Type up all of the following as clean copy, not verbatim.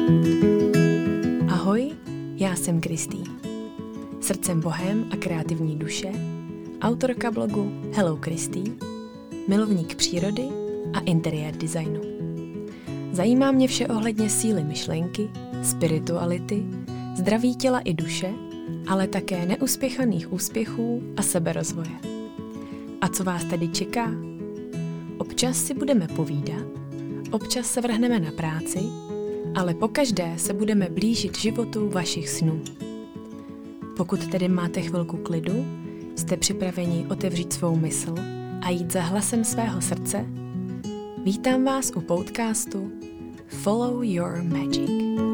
Ahoj, já jsem Kristý. Srdcem bohem a kreativní duše, autorka blogu Hello Kristý, milovník přírody a interiér designu. Zajímá mě vše ohledně síly myšlenky, spirituality, zdraví těla i duše, ale také neuspěchaných úspěchů a seberozvoje. A co vás tady čeká? Občas si budeme povídat, občas se vrhneme na práci, ale pokaždé se budeme blížit životu vašich snů. Pokud tedy máte chvilku klidu, jste připraveni otevřít svou mysl a jít za hlasem svého srdce, vítám vás u podcastu Follow Your Magic.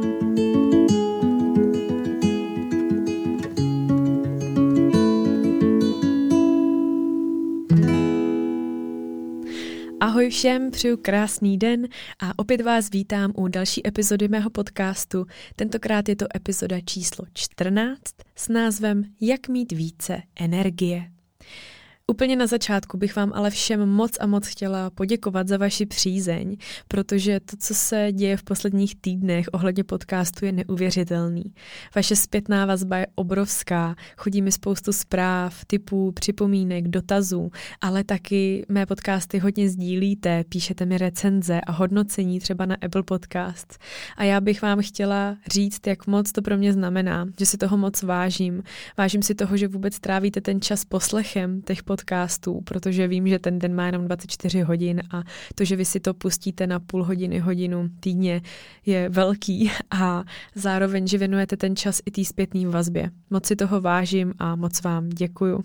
Ahoj všem, přeju krásný den a opět vás vítám u další epizody mého podcastu. Tentokrát je to epizoda číslo 14 s názvem Jak mít více energie. Úplně na začátku bych vám ale všem moc a moc chtěla poděkovat za vaši přízeň, protože to, co se děje v posledních týdnech ohledně podcastu, je neuvěřitelný. Vaše zpětná vazba je obrovská, chodí mi spoustu zpráv, tipů, připomínek, dotazů, ale taky mé podcasty hodně sdílíte, píšete mi recenze a hodnocení třeba na Apple Podcasts. A já bych vám chtěla říct, jak moc to pro mě znamená, že si toho moc vážím. Vážím si toho, že vůbec trávíte ten čas poslechem těch podcastů, protože vím, že ten den má jenom 24 hodin a to, že vy si to pustíte na půl hodiny, hodinu týdně je velký a zároveň, že věnujete ten čas i té zpětné vazbě. Moc si toho vážím a moc vám děkuju.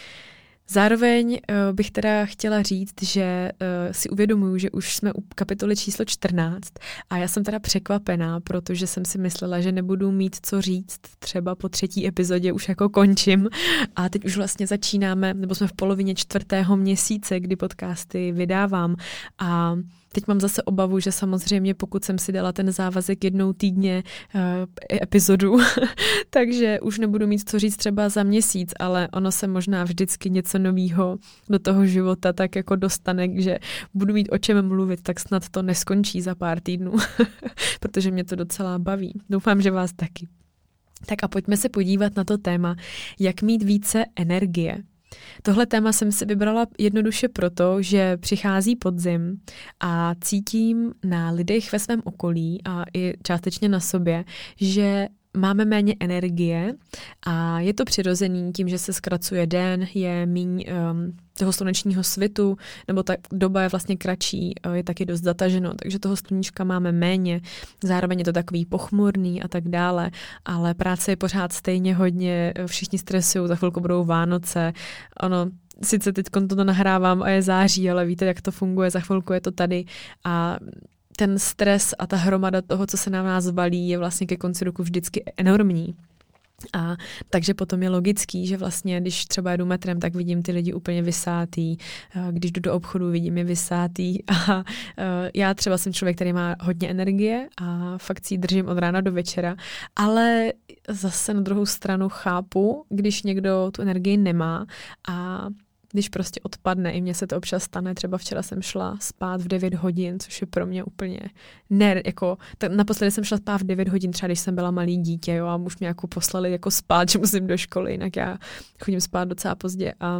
Zároveň bych teda chtěla říct, že si uvědomuju, že už jsme u kapitoly číslo 14 a já jsem teda překvapená, protože jsem si myslela, že nebudu mít co říct, třeba po 3. epizodě už jako končím a teď už vlastně začínáme, nebo jsme v polovině 4. měsíce, kdy podcasty vydávám a teď mám zase obavu, že samozřejmě pokud jsem si dala ten závazek jednou týdně epizodu, takže už nebudu mít co říct třeba za měsíc, ale ono se možná vždycky něco nového do toho života tak jako dostane, že budu mít o čem mluvit, tak snad to neskončí za pár týdnů, protože mě to docela baví. Doufám, že vás taky. Tak a pojďme se podívat na to téma, jak mít více energie. Tohle téma jsem si vybrala jednoduše proto, že přichází podzim a cítím na lidech ve svém okolí a i částečně na sobě, že máme méně energie a je to přirozený tím, že se zkracuje den, je míň toho slunečního svitu, nebo ta doba je vlastně kratší, je taky dost zataženo, takže toho sluníčka máme méně, zároveň je to takový pochmurný a tak dále, ale práce je pořád stejně hodně, všichni stresují, za chvilku budou Vánoce, ono sice teď to nahrávám a je září, ale víte, jak to funguje, za chvilku je to tady a ten stres a ta hromada toho, co se na nás valí, je vlastně ke konci roku vždycky enormní. A takže potom je logický, že vlastně, když třeba jedu metrem, tak vidím ty lidi úplně vysátý, když jdu do obchodu, vidím je vysátý a já třeba jsem člověk, který má hodně energie a fakt si ji držím od rána do večera, ale zase na druhou stranu chápu, když někdo tu energii nemá a když prostě odpadne, i mně se to občas stane, třeba včera jsem šla spát v 9 hodin, což je pro mě úplně naposledy jsem šla spát v 9 hodin, třeba když jsem byla malý dítě, jo, a už mě jako poslali jako spát, že musím do školy, jinak já chodím spát docela pozdě a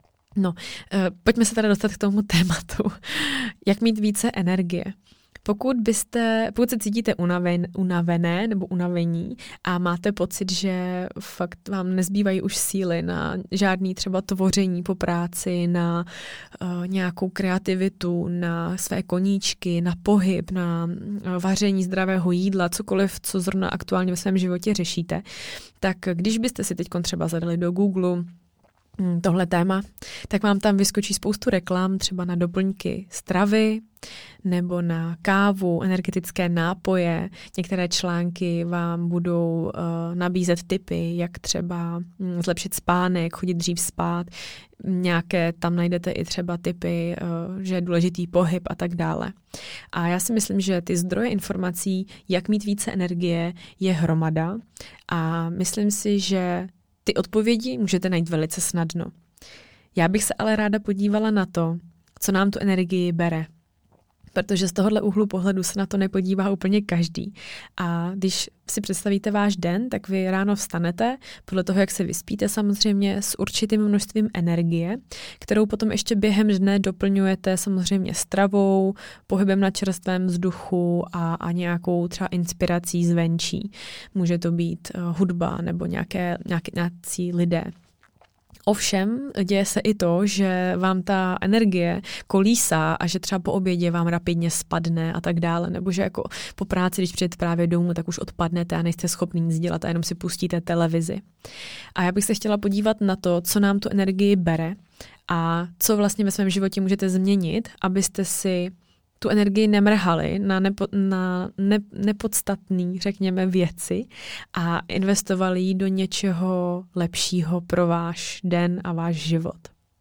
pojďme se teda dostat k tomu tématu, jak mít více energie. Pokud se cítíte unavené nebo unavení a máte pocit, že fakt vám nezbývají už síly na žádný třeba tvoření po práci, na nějakou kreativitu, na své koníčky, na pohyb, na vaření zdravého jídla, cokoliv, co zrovna aktuálně ve svém životě řešíte, tak když byste si teď třeba zadali do Google tohle téma, tak vám tam vyskočí spoustu reklam třeba na doplňky stravy nebo na kávu, energetické nápoje. Některé články vám budou nabízet tipy, jak třeba zlepšit spánek, chodit dřív spát. Nějaké tam najdete i třeba tipy, že je důležitý pohyb a tak dále. A já si myslím, že ty zdroje informací, jak mít více energie, je hromada a myslím si, že ty odpovědi můžete najít velice snadno. Já bych se ale ráda podívala na to, co nám tu energii bere. protože z tohohle úhlu pohledu se na to nepodívá úplně každý. A když si představíte váš den, tak vy ráno vstanete, podle toho, jak se vyspíte samozřejmě, s určitým množstvím energie, kterou potom ještě během dne doplňujete samozřejmě stravou, pohybem na čerstvém vzduchu a nějakou třeba inspirací zvenčí. Může to být hudba nebo nějací lidé. Ovšem děje se i to, že vám ta energie kolísá a že třeba po obědě vám rapidně spadne a tak dále, nebo že jako po práci, když přijete právě domů, tak už odpadnete a nejste schopni nic dělat a jenom si pustíte televizi. A já bych se chtěla podívat na to, co nám tu energii bere a co vlastně ve svém životě můžete změnit, abyste si tu energii nemrhali na nepodstatný, řekněme, věci a investovali ji do něčeho lepšího pro váš den a váš život.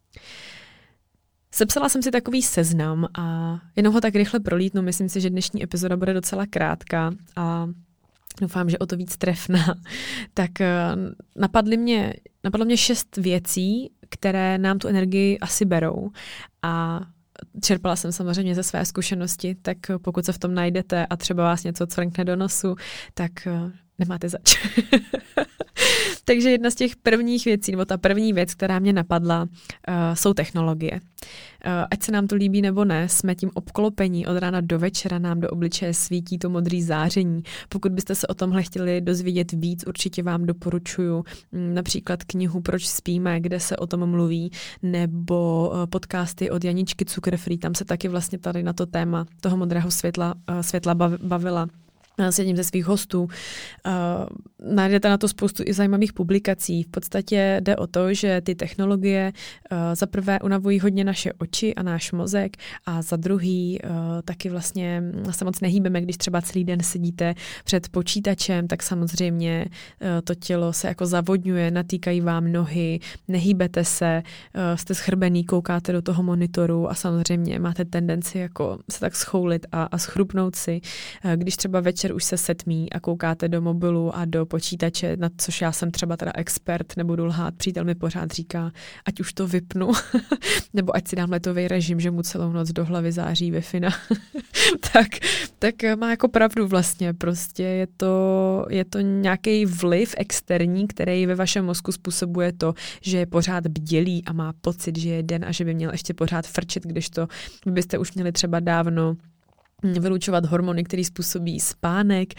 Sepsala jsem si takový seznam a jenom ho tak rychle prolítnu. Myslím si, že dnešní epizoda bude docela krátká a doufám, že o to víc trefná. Tak napadlo mě 6 věcí, které nám tu energii asi berou a čerpala jsem samozřejmě ze své zkušenosti, tak pokud se v tom najdete a třeba vás něco cvrkne do nosu, tak nemáte zač. Takže jedna z těch prvních věcí, nebo ta první věc, která mě napadla, jsou technologie. Ať se nám to líbí nebo ne, jsme tím obklopení od rána do večera, nám do obličeje svítí to modré záření. Pokud byste se o tomhle chtěli dozvědět víc, určitě vám doporučuji například knihu Proč spíme, kde se o tom mluví, nebo podcasty od Janičky Cukrfree, tam se taky vlastně tady na to téma toho modrého světla bavila s jedním ze svých hostů. Najdete na to spoustu i zajímavých publikací. V podstatě jde o to, že ty technologie za prvé unavují hodně naše oči a náš mozek a za druhý taky vlastně se moc nehýbeme, když třeba celý den sedíte před počítačem, tak samozřejmě to tělo se jako zavodňuje, natýkají vám nohy, nehýbete se, jste schrbený, koukáte do toho monitoru a samozřejmě máte tendenci jako se tak schoulit a schrupnout si. Když třeba večer už se setmí a koukáte do mobilu a do počítače, na což já jsem třeba teda expert, nebudu lhát, přítel mi pořád říká, ať už to vypnu, nebo ať si dám letový režim, že mu celou noc do hlavy září Wi-Fi, tak má jako pravdu vlastně, prostě je to nějaký vliv externí, který ve vašem mozku způsobuje to, že je pořád bdělý a má pocit, že je den a že by měl ještě pořád frčet, když to byste už měli třeba dávno vylučovat hormony, které způsobí spánek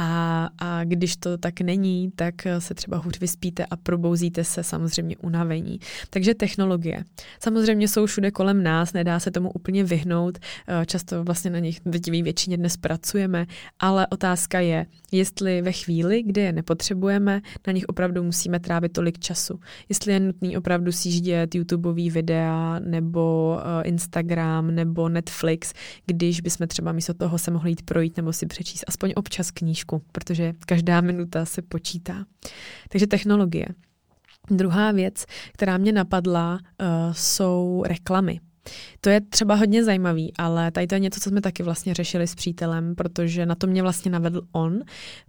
a když to tak není, tak se třeba hůř vyspíte a probouzíte se samozřejmě unavení. Takže technologie. Samozřejmě jsou všude kolem nás, nedá se tomu úplně vyhnout, často vlastně na nich většině dnes pracujeme, ale otázka je, jestli ve chvíli, kdy je nepotřebujeme, na nich opravdu musíme trávit tolik času. Jestli je nutný opravdu sjíždět YouTubeový videa nebo Instagram nebo Netflix, když bychom třeba místo toho se mohli jít projít nebo si přečíst aspoň občas knížku, protože každá minuta se počítá. Takže technologie. Druhá věc, která mě napadla, jsou reklamy. To je třeba hodně zajímavý, ale tady to je něco, co jsme taky vlastně řešili s přítelem, protože na to mě vlastně navedl on,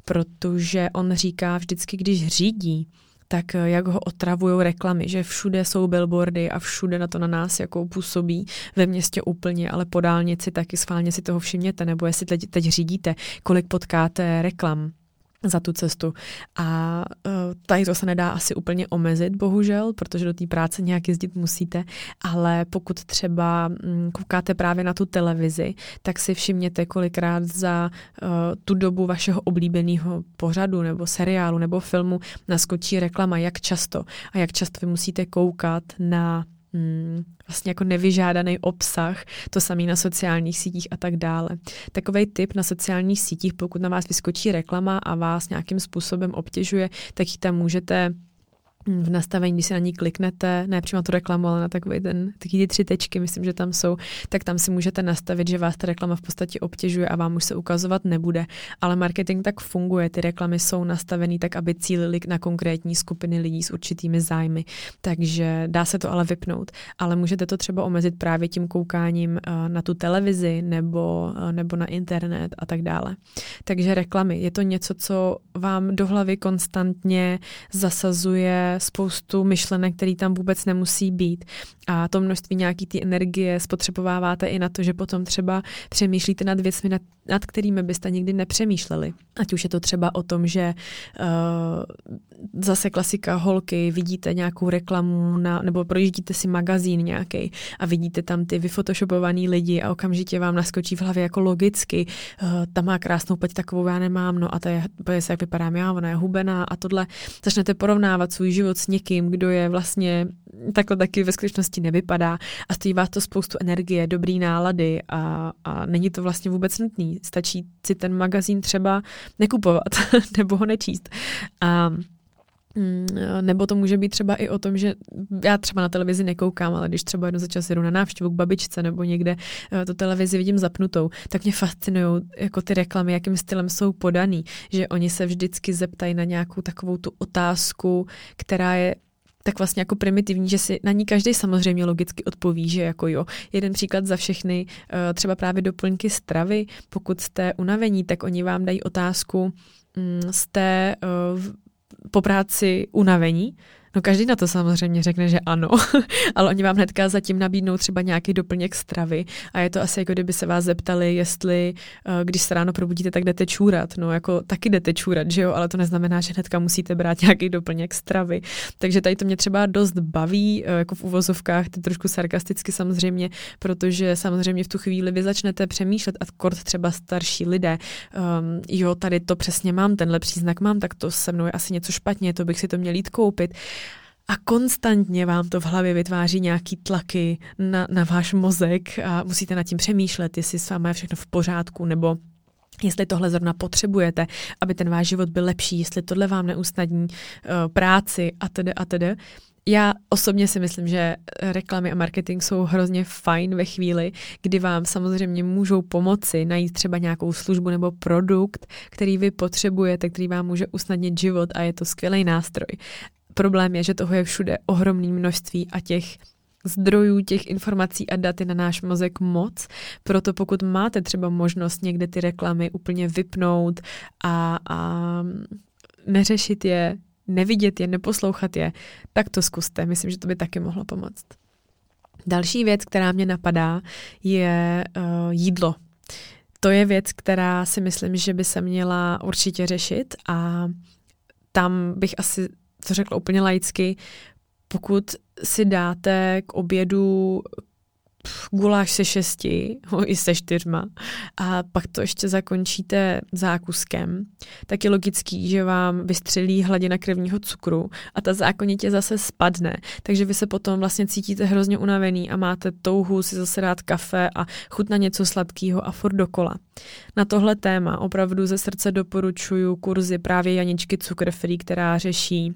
protože on říká vždycky, když řídí, tak jak ho otravujou reklamy, že všude jsou billboardy a všude na to na nás jako působí, ve městě úplně, ale po dálnici taky schválně si toho všimněte, nebo jestli teď řídíte, kolik potkáte reklam za tu cestu. A tady to se nedá asi úplně omezit, bohužel, protože do té práce nějak jezdit musíte, ale pokud třeba koukáte právě na tu televizi, tak si všimněte, kolikrát za tu dobu vašeho oblíbeného pořadu nebo seriálu nebo filmu naskočí reklama, jak často a jak často vy musíte koukat na vlastně jako nevyžádaný obsah, to samé na sociálních sítích a tak dále. Takovej tip na sociálních sítích, pokud na vás vyskočí reklama a vás nějakým způsobem obtěžuje, tak ji tam můžete v nastavení, když si na ní kliknete, ne přímo tu reklamu, ale na taky ty 3 tečky, myslím, že tam jsou, tak tam si můžete nastavit, že vás ta reklama v podstatě obtěžuje a vám už se ukazovat nebude. Ale marketing tak funguje, ty reklamy jsou nastavený tak, aby cílily na konkrétní skupiny lidí s určitými zájmy. Takže dá se to ale vypnout. Ale můžete to třeba omezit právě tím koukáním na tu televizi nebo na internet a tak dále. Takže reklamy, je to něco, co vám do hlavy konstantně zasazuje spoustu myšlenek, který tam vůbec nemusí být. A to množství nějaký ty energie spotřebováváte i na to, že potom třeba přemýšlíte nad věcmi, nad kterými byste nikdy nepřemýšleli. Ať už je to třeba o tom, že zase klasika holky, vidíte nějakou reklamu nebo projíždíte si magazín nějaký a vidíte tam ty vyfotoshopovaný lidi a okamžitě vám naskočí v hlavě jako logicky, ta má krásnou pleť, takovou já nemám, no a to je jak vypadám já, ona je hubená a tohle. Začnete porovnávat svůj život s někým, kdo je vlastně takhle taky ve skutečnosti nevypadá a stojí vás to spoustu energie, dobrý nálady a není to vlastně vůbec nutný. Stačí si ten magazín třeba nekupovat nebo ho nečíst. A nebo to může být třeba i o tom, že já třeba na televizi nekoukám, ale když třeba jednou za čas jdu na návštěvu k babičce nebo někde tu televizi vidím zapnutou, tak mě fascinují jako ty reklamy, jakým stylem jsou podaný, že oni se vždycky zeptají na nějakou takovou tu otázku, která je tak vlastně jako primitivní, že si na ní každý samozřejmě logicky odpoví, že jako jo. Jeden příklad za všechny, třeba právě doplňky stravy, pokud jste unavení, tak oni vám dají otázku, jste po práci unavení? No každý na to samozřejmě řekne, že ano, ale oni vám hnedka zatím nabídnou třeba nějaký doplněk stravy a je to asi jako kdyby se vás zeptali, jestli když se ráno probudíte, tak jdete čůrat. No jako taky jdete čůrat, že jo, ale to neznamená, že hnedka musíte brát nějaký doplněk stravy. Takže tady to mě třeba dost baví, jako v uvozovkách, ty trošku sarkasticky samozřejmě, protože samozřejmě v tu chvíli vy začnete přemýšlet a kort třeba starší lidé, jo, tady to přesně mám, tenhle příznak mám, tak to se mnou je asi něco špatně, to bych si to měl jít koupit. A konstantně vám to v hlavě vytváří nějaký tlaky na váš mozek a musíte nad tím přemýšlet, jestli s vámi je všechno v pořádku, nebo jestli tohle zrovna potřebujete, aby ten váš život byl lepší, jestli tohle vám neusnadní práci a tedy. Já osobně si myslím, že reklamy a marketing jsou hrozně fajn ve chvíli, kdy vám samozřejmě můžou pomoci najít třeba nějakou službu nebo produkt, který vy potřebujete, který vám může usnadnit život a je to skvělý nástroj. Problém je, že toho je všude ohromné množství a těch zdrojů, těch informací a dat je na náš mozek moc. Proto pokud máte třeba možnost někde ty reklamy úplně vypnout a neřešit je, nevidět je, neposlouchat je, tak to zkuste. Myslím, že to by taky mohlo pomoct. Další věc, která mě napadá, je jídlo. To je věc, která si myslím, že by se měla určitě řešit a tam bych asi to řekla úplně laicky, pokud si dáte k obědu guláš se 6, i se 4 a pak to ještě zakončíte zákuskem, tak je logický, že vám vystřelí hladina krevního cukru a ta zákonitě zase spadne. Takže vy se potom vlastně cítíte hrozně unavený a máte touhu si zase dát kafe a chuť na něco sladkého a furt dokola. Na tohle téma opravdu ze srdce doporučuju kurzy právě Janičky Cukr Free, která řeší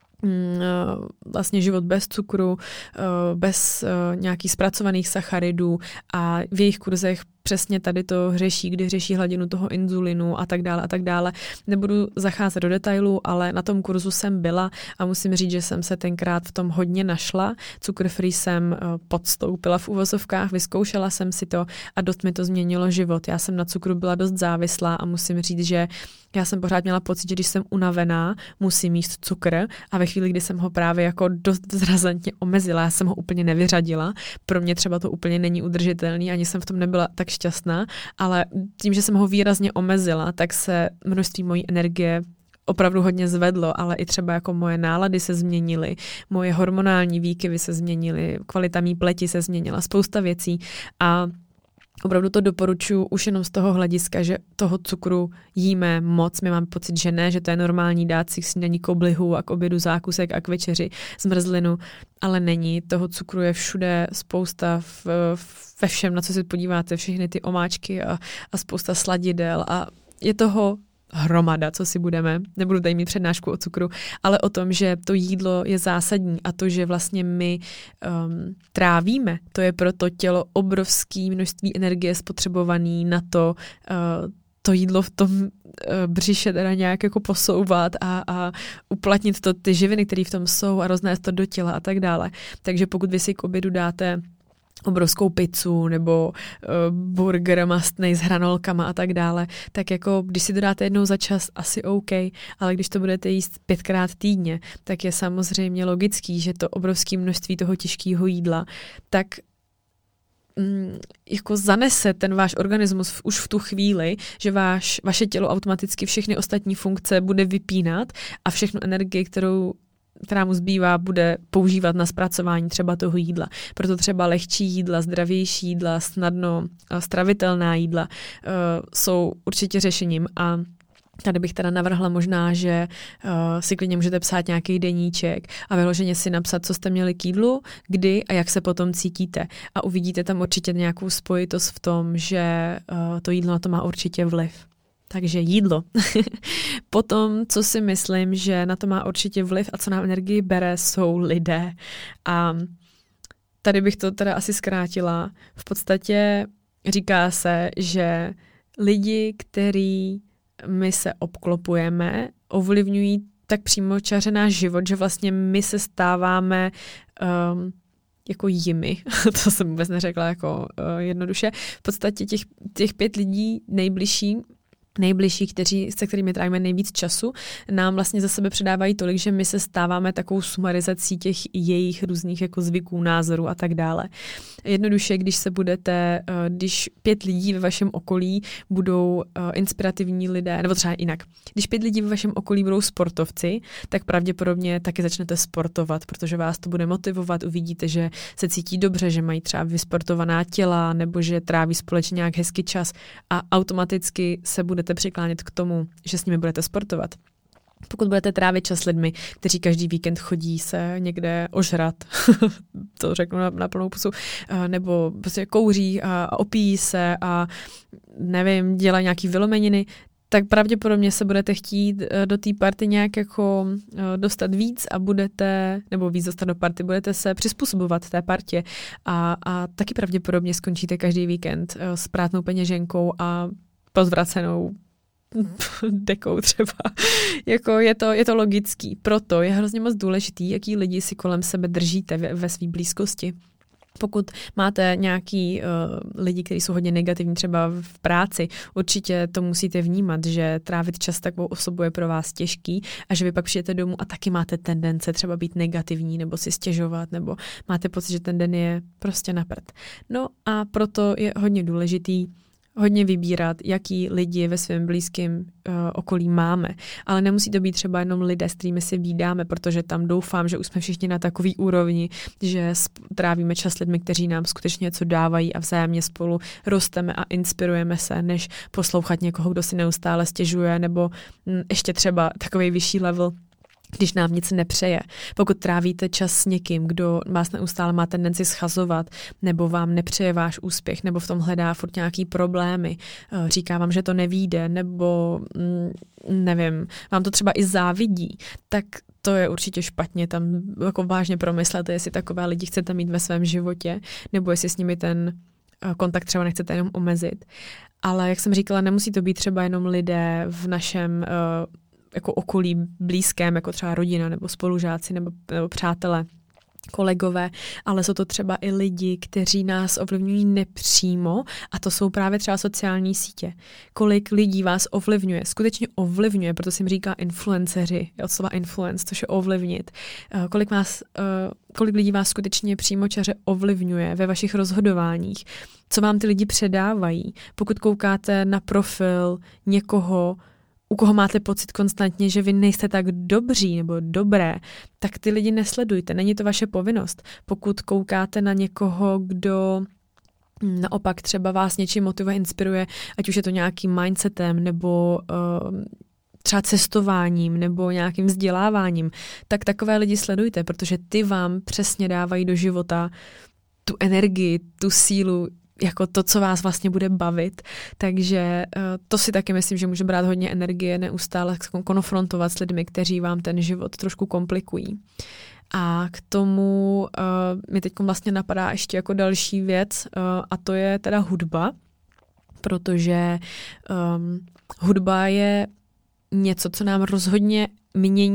vlastně život bez cukru, bez nějakých zpracovaných sacharidů a v jejich kurzech přesně tady to řeší, kdy řeší hladinu toho inzulinu a tak dále a tak dále. Nebudu zacházet do detailů, ale na tom kurzu jsem byla a musím říct, že jsem se tenkrát v tom hodně našla. Cukr free jsem podstoupila v uvozovkách, vyzkoušela jsem si to a dost mi to změnilo život. Já jsem na cukru byla dost závislá a musím říct, že já jsem pořád měla pocit, že když jsem unavená, musím jíst cukr a ve chvíli, kdy jsem ho právě jako dost zrazantně omezila, já jsem ho úplně nevyřadila. Pro mě třeba to úplně není udržitelný, ani jsem v tom nebyla tak šťastná, ale tím, že jsem ho výrazně omezila, tak se množství mojí energie opravdu hodně zvedlo, ale i třeba jako moje nálady se změnily, moje hormonální výkyvy se změnily, kvalita mý pleti se změnila, spousta věcí a opravdu to doporučuji už jenom z toho hlediska, že toho cukru jíme moc. My máme pocit, že ne, že to je normální dát si k snídani koblihu a k obědu zákusek a k večeři zmrzlinu, ale není. Toho cukru je všude spousta ve všem, na co se podíváte, všechny ty omáčky a spousta sladidel a je toho hromada, co si budeme. Nebudu tady mít přednášku o cukru, ale o tom, že to jídlo je zásadní a to, že vlastně my trávíme, to je pro to tělo obrovské množství energie spotřebovaný na to jídlo v tom břiše teda nějak jako posouvat a uplatnit to ty živiny, které v tom jsou a roznést to do těla a tak dále. Takže pokud vy si k obědu dáte obrovskou pizzu nebo burger mastnej s hranolkama a tak dále, tak jako když si to dáte jednou za čas, asi OK, ale když to budete jíst 5krát týdně, tak je samozřejmě logický, že to obrovské množství toho těžkého jídla, tak jako zanese ten váš organismus už v tu chvíli, že vaše tělo automaticky všechny ostatní funkce bude vypínat a všechnu energii, která mu zbývá, bude používat na zpracování třeba toho jídla. Proto třeba lehčí jídla, zdravější jídla, snadno stravitelná jídla jsou určitě řešením. A tady bych teda navrhla možná, že si klidně můžete psát nějaký deníček a vyloženě si napsat, co jste měli k jídlu, kdy a jak se potom cítíte. A uvidíte tam určitě nějakou spojitost v tom, že to jídlo na to má určitě vliv. Takže jídlo. Potom, co si myslím, že na to má určitě vliv a co nám energii bere, jsou lidé. A tady bych to teda asi zkrátila. V podstatě říká se, že lidi, který my se obklopujeme, ovlivňují tak přímočaře náš život, že vlastně my se stáváme jako jimi. To jsem vůbec neřekla jako jednoduše. V podstatě těch 5 lidí nejbližší, se kterými trávíme nejvíc času, nám vlastně za sebe předávají tolik, že my se stáváme takovou sumarizací těch jejich různých jako zvyků, názorů a tak dále. Jednoduše, když 5 lidí ve vašem okolí budou inspirativní lidé, nebo třeba jinak, když 5 lidí ve vašem okolí budou sportovci, tak pravděpodobně taky začnete sportovat, protože vás to bude motivovat, uvidíte, že se cítí dobře, že mají třeba vysportovaná těla, nebo že tráví společně nějak hezky čas a automaticky se budete přiklánět k tomu, že s nimi budete sportovat. Pokud budete trávit čas s lidmi, kteří každý víkend chodí se někde ožrat, to řeknu na plnou pusu, nebo prostě kouří a opíjí se a nevím, dělají nějaký vylomeniny, tak pravděpodobně se budete chtít do té party nějak jako dostat víc a víc dostat do party, budete se přizpůsobovat té partě a taky pravděpodobně skončíte každý víkend s prázdnou peněženkou a pozvracenou dekou třeba. Jako je to logický. Proto je hrozně moc důležitý, jaký lidi si kolem sebe držíte ve své blízkosti. Pokud máte nějaký lidi, kteří jsou hodně negativní třeba v práci, určitě to musíte vnímat, že trávit čas takovou osobou je pro vás těžký a že vy pak přijdete domů a taky máte tendence třeba být negativní nebo si stěžovat, nebo máte pocit, že ten den je prostě na prd. No a proto je hodně důležitý hodně vybírat, jaký lidi ve svém blízkém okolí máme. Ale nemusí to být třeba jenom lidé, s kterými si vídáme, protože tam doufám, že už jsme všichni na takový úrovni, že trávíme čas s lidmi, kteří nám skutečně něco dávají a vzájemně spolu rosteme a inspirujeme se, než poslouchat někoho, kdo si neustále stěžuje, nebo ještě třeba takový vyšší level, když nám nic nepřeje. Pokud trávíte čas s někým, kdo vás neustále má tendenci schazovat, nebo vám nepřeje váš úspěch, nebo v tom hledá furt nějaký problémy, říká vám, že to nevyjde, nebo nevím, vám to třeba i závidí, tak to je určitě špatně. Tam jako vážně promyslete, jestli takové lidi chcete mít ve svém životě, nebo jestli s nimi ten kontakt třeba nechcete jenom omezit. Ale jak jsem říkala, nemusí to být třeba jenom lidé v našem jako okolí blízkém, jako třeba rodina nebo spolužáci nebo přátelé, kolegové, ale jsou to třeba i lidi, kteří nás ovlivňují nepřímo a to jsou právě třeba sociální sítě. Kolik lidí vás ovlivňuje, skutečně ovlivňuje, proto se jim říká influenceři, od slova influence, což je ovlivnit. Kolik lidí vás skutečně přímočaře ovlivňuje ve vašich rozhodováních, co vám ty lidi předávají. Pokud koukáte na profil někoho, u koho máte pocit konstantně, že vy nejste tak dobří nebo dobré, tak ty lidi nesledujte. Není to vaše povinnost. Pokud koukáte na někoho, kdo naopak třeba vás něčím motivuje, inspiruje, ať už je to nějakým mindsetem nebo třeba cestováním nebo nějakým vzděláváním, tak takové lidi sledujte, protože ty vám přesně dávají do života tu energii, tu sílu, jako to, co vás vlastně bude bavit. Takže to si taky myslím, že může brát hodně energie, neustále konfrontovat s lidmi, kteří vám ten život trošku komplikují. A k tomu mi teď vlastně napadá ještě jako další věc a to je teda hudba, protože hudba je něco, co nám rozhodně mění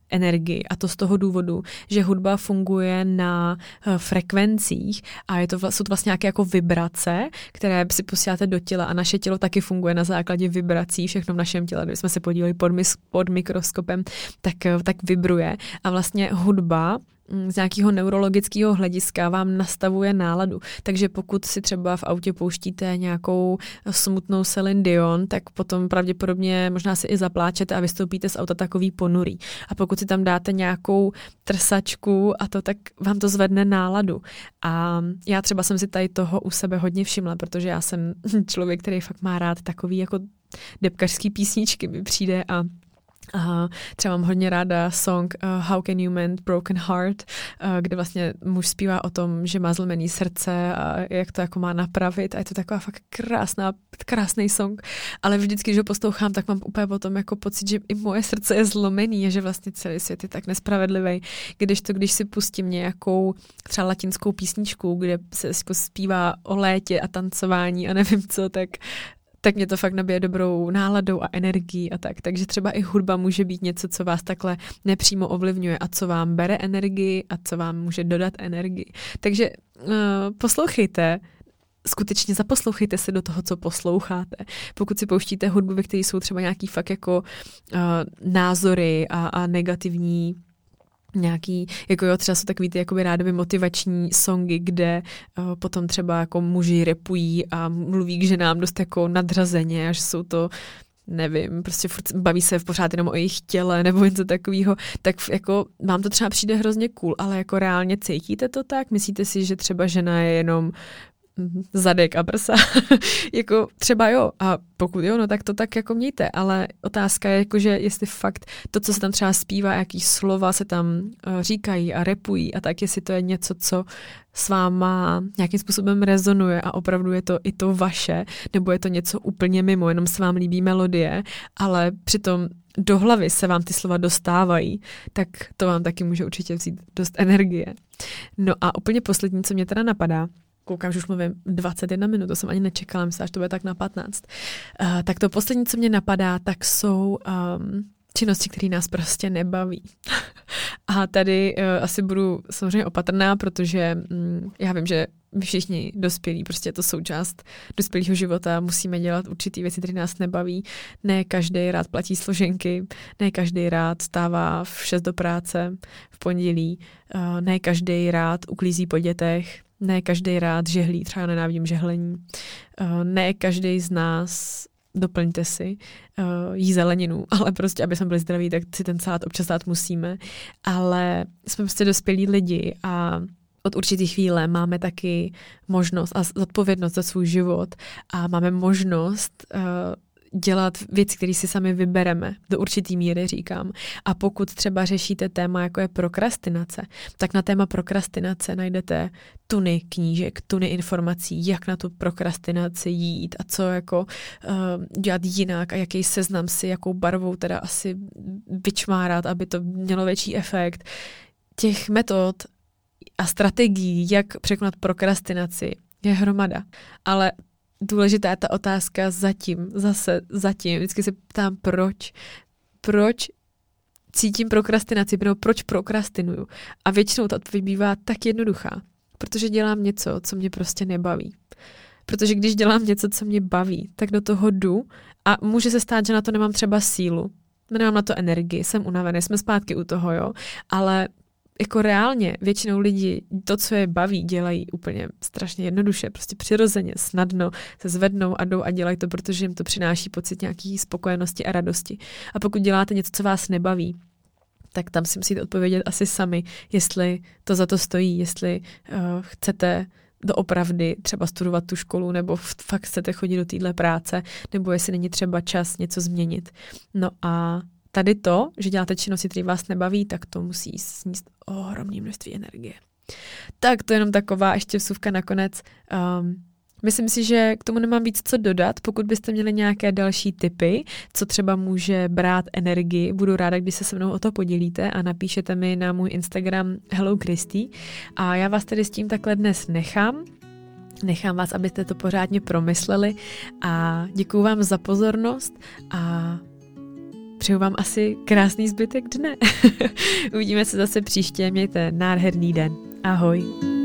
energii, a to z toho důvodu, že hudba funguje na frekvencích a jsou to vlastně nějaké jako vibrace, které si posíláte do těla, a naše tělo taky funguje na základě vibrací, všechno v našem těle. Když jsme se podívali pod mikroskopem, tak vibruje, a vlastně hudba z nějakého neurologického hlediska vám nastavuje náladu. Takže pokud si třeba v autě pouštíte nějakou smutnou Celine Dion, tak potom pravděpodobně možná si i zapláčete a vystoupíte z auta takový ponurý. A pokud si tam dáte nějakou trsačku tak vám to zvedne náladu. A já třeba jsem si tady toho u sebe hodně všimla, protože já jsem člověk, který fakt má rád takový jako depkařský písničky, mi přijde, a třeba mám hodně ráda song How Can You Mend Broken Heart, kde vlastně muž zpívá o tom, že má zlomený srdce a jak to jako má napravit, a je to taková fakt krásný song, ale vždycky, když ho poslouchám, tak mám úplně potom jako pocit, že i moje srdce je zlomený a že vlastně celý svět je tak nespravedlivý, když si pustím nějakou třeba latinskou písničku, kde se jako zpívá o létě a tancování a nevím co, tak mě to fakt nabije dobrou náladou a energií a tak. Takže třeba i hudba může být něco, co vás takhle nepřímo ovlivňuje a co vám bere energii a co vám může dodat energii. Takže poslouchejte, skutečně zaposlouchejte se do toho, co posloucháte. Pokud si pouštíte hudbu, ve které jsou třeba nějaký fakt jako názory a negativní nějaký, jako jo, třeba jsou takový ty jakoby rádoby motivační songy, kde potom třeba jako muži repují a mluví k ženám dost jako nadřazeně, až jsou to, nevím, prostě furt baví se pořád jenom o jejich těle nebo něco takového, tak jako vám to třeba přijde hrozně cool, ale jako reálně cítíte to tak? Myslíte si, že třeba žena je jenom zadek a prsa? Jako třeba jo, a pokud jo, no tak to tak jako mějte, ale otázka je jako, že jestli fakt to, co se tam třeba zpívá, jaký slova se tam říkají a repují a tak, jestli to je něco, co s váma nějakým způsobem rezonuje a opravdu je to i to vaše, nebo je to něco úplně mimo, jenom se vám líbí melodie, ale přitom do hlavy se vám ty slova dostávají, tak to vám taky může určitě vzít dost energie. No a úplně poslední, co mě teda napadá, koukám, že už mluvím 21 minut, to jsem ani nečekala, myslím, že to bude tak na 15. Tak to poslední, co mě napadá, tak jsou činnosti, které nás prostě nebaví. A tady asi budu samozřejmě opatrná, protože já vím, že my všichni dospělí, prostě je to součást dospělého života, musíme dělat určitý věci, které nás nebaví. Ne každý rád platí složenky, ne každý rád stává v 6 do práce v pondělí, ne každý rád uklízí po dětech, ne každý rád žehlí, třeba nenávidím žehlení, ne každý z nás, doplňte si, jí zeleninu, ale prostě, aby jsme byli zdraví, tak si ten salát občas dát musíme, ale jsme prostě dospělí lidi a od určitý chvíle máme taky možnost a zodpovědnost za svůj život a máme možnost dělat věci, které si sami vybereme, do určitý míry říkám. A pokud třeba řešíte téma, jako je prokrastinace, tak na téma prokrastinace najdete tuny knížek, tuny informací, jak na tu prokrastinaci jít a co jako dělat jinak a jaký seznam si, jakou barvou teda asi vyčmárat, aby to mělo větší efekt. Těch metod a strategií, jak překonat prokrastinaci, je hromada. Ale důležitá je ta otázka zatím. Vždycky se ptám, proč cítím prokrastinaci, nebo proč prokrastinuju. A většinou ta odpověď bývá tak jednoduchá. Protože dělám něco, co mě prostě nebaví. Protože když dělám něco, co mě baví, tak do toho jdu a může se stát, že na to nemám třeba sílu. Nemám na to energii, jsem unavený, jsme zpátky u toho, jo. Ale jako reálně většinou lidi to, co je baví, dělají úplně strašně jednoduše, prostě přirozeně, snadno se zvednou a jdou a dělají to, protože jim to přináší pocit nějaký spokojenosti a radosti. A pokud děláte něco, co vás nebaví, tak tam si musíte odpovědět asi sami, jestli to za to stojí, jestli chcete doopravdy třeba studovat tu školu, nebo fakt chcete chodit do téhle práce, nebo jestli není třeba čas něco změnit. No a tady to, že děláte činnosti, které vás nebaví, tak to musí sníst ohromné množství energie. Tak to je jenom taková ještě vsuvka nakonec. Myslím si, že k tomu nemám víc co dodat. Pokud byste měli nějaké další tipy, co třeba může brát energii, budu ráda, když se mnou o to podělíte a napíšete mi na můj Instagram Hello Christy. A já vás tedy s tím takhle dnes nechám. Nechám vás, abyste to pořádně promysleli a děkuju vám za pozornost a přeju vám asi krásný zbytek dne. Uvidíme se zase příště, mějte nádherný den. Ahoj.